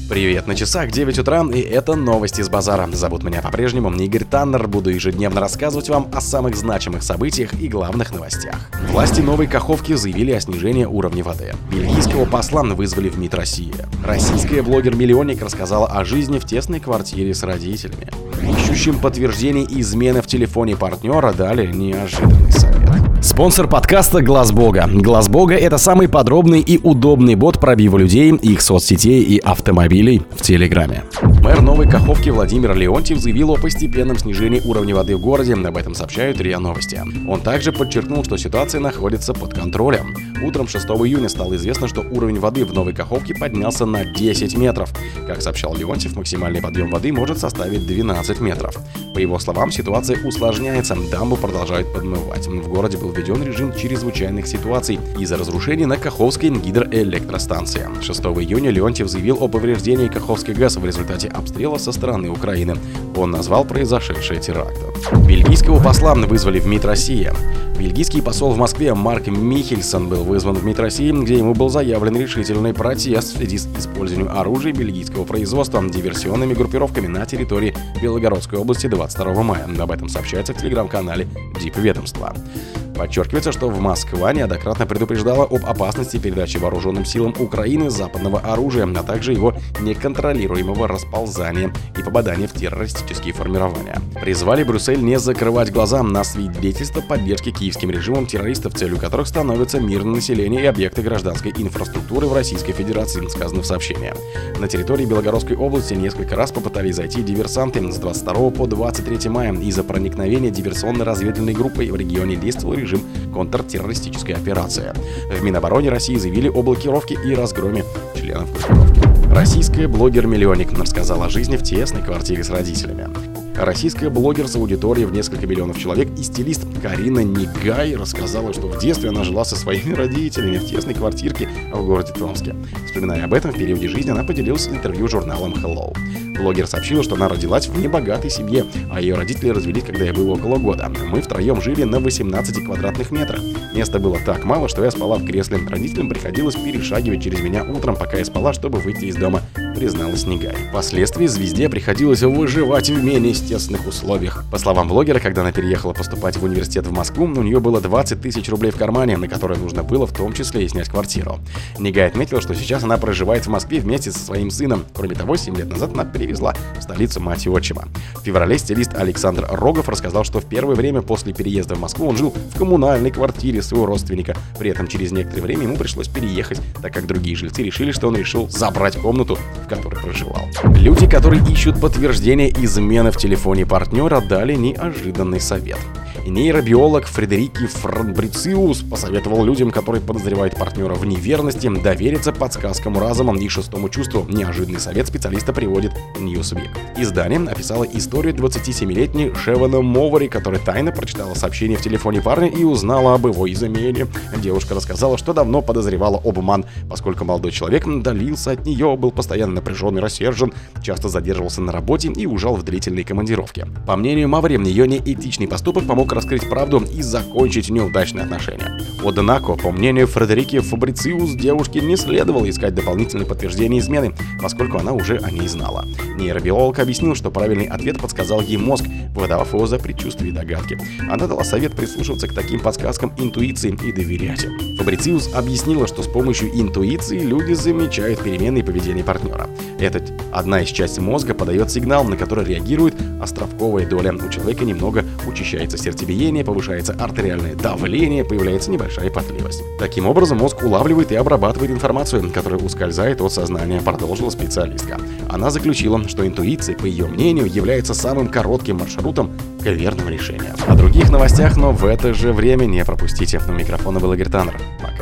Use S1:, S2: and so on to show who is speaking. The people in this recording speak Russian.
S1: Привет, на часах 9 утра, и это новости с базара. Зовут меня по-прежнему Игорь Таннер. Буду ежедневно рассказывать вам о самых значимых событиях и главных новостях. Власти Новой Каховки заявили о снижении уровня воды. Бельгийского посла вызвали в МИД России. Российская блогер-миллионник рассказала о жизни в тесной квартире с родителями. Ищущим подтверждений измены в телефоне партнера дали неожиданный совет. Спонсор подкаста Глаз Бога. Глаз Бога — это самый подробный и удобный бот пробива людей, их соцсетей и автомобилей в Телеграме. Мэр Новой Каховки Владимир Леонтьев заявил о постепенном снижении уровня воды в городе. Об этом сообщают РИА Новости. Он также подчеркнул, что ситуация находится под контролем. Утром 6 июня стало известно, что уровень воды в Новой Каховке поднялся на 10 метров. Как сообщал Леонтьев, максимальный подъем воды может составить 12 метров. По его словам, ситуация усложняется, дамбу продолжают подмывать. В городе был введен режим чрезвычайных ситуаций из-за разрушений на Каховской гидроэлектростанции. 6 июня Леонтьев заявил о повреждении Каховской ГЭС в результате обстрела со стороны Украины. Он назвал произошедшее терактом. Бельгийского посла вызвали в МИД России. Бельгийский посол в Москве Марк Михельсон был вызван в МИД России, где ему был заявлен решительный протест в связи с использованием оружия бельгийского производства диверсионными группировками на территории Белгородской области 22 мая. Об этом сообщается в телеграм-канале Дипведомства. Подчеркивается, что Москва неоднократно предупреждала об опасности передачи вооруженным силам Украины западного оружия, а также его неконтролируемого расползания и попадания в террористические формирования. Призвали Брюссель не закрывать глаза на свидетельства поддержки киевским режимом террористов, целью которых становится мирное население и объекты гражданской инфраструктуры в Российской Федерации, сказано в сообщении. На территории Белгородской области несколько раз попытались зайти диверсанты. С 22 по 23 мая из-за проникновения диверсионно-разведывательной группы в регионе действовал режим контртеррористической операции. В Минобороне России заявили о блокировке и разгроме членов группировки. Российская блогер-миллионник рассказала о жизни в тесной квартире с родителями. Российская блогер с аудиторией в несколько миллионов человек и стилист Карина Нигай рассказала, что в детстве она жила со своими родителями в тесной квартирке в городе Томске. Вспоминая об этом в периоде жизни, она поделилась интервью журналом Hello. Блогер сообщила, что она родилась в небогатой семье, а ее родители развелись, когда ей было около года. Мы втроем жили на 18 квадратных метрах. Места было так мало, что я спала в кресле. Родителям приходилось перешагивать через меня утром, пока я спала, чтобы выйти из дома, призналась Нигай. Впоследствии звезде приходилось выживать в менее естественных условиях. По словам блогера, когда она переехала поступать в университет в Москву, у нее было 20 тысяч рублей в кармане, на которые нужно было в том числе и снять квартиру. Нигай отметила, что сейчас она проживает в Москве вместе со своим сыном. Кроме того, 7 лет назад она перевезла в столицу мать и отчима. В феврале стилист Александр Рогов рассказал, что в первое время после переезда в Москву он жил в коммунальной квартире своего родственника. При этом через некоторое время ему пришлось переехать, так как другие жильцы решили, что он решил забрать комнату, в которой проживал. Люди, которые ищут подтверждение измены в телефоне партнера, дали неожиданный совет. Нейробиолог Фредерики Фабрициус посоветовал людям, которые подозревают партнера в неверности, довериться подсказкам разума и шестому чувству. Неожиданный совет специалиста приводит Newsweek. Издание описало историю 27-летней Шевана Мовари, которая тайно прочитала сообщение в телефоне парня и узнала об его измене. Девушка рассказала, что давно подозревала обман, поскольку молодой человек удалился от нее, был постоянно напряжен и рассержен, часто задерживался на работе и уезжал в длительные командировки. По мнению Мовари, ее неэтичный поступок помог раскрыть правду и закончить неудачные отношения. Однако, по мнению Фредерики Фабрициус, девушке не следовало искать дополнительные подтверждения измены, поскольку она уже о ней знала. Нейробиолог объяснил, что правильный ответ подсказал ей мозг, выдавав его за предчувствия и догадки. Она дала совет прислушиваться к таким подсказкам интуиции и доверять им. Фабрициус объяснила, что с помощью интуиции люди замечают перемены поведения партнера. Это одна из частей мозга подает сигнал, на который реагирует островковая доля. У человека немного учащается сердцебиение, повышается артериальное давление, появляется небольшая потливость. Таким образом, мозг улавливает и обрабатывает информацию, которая ускользает от сознания, продолжила специалистка. Она заключила, что интуиция, по ее мнению, является самым коротким маршрутом к верному решению. О других новостях, но в это же время не пропустите. У микрофона был Игорь Таннер. Пока.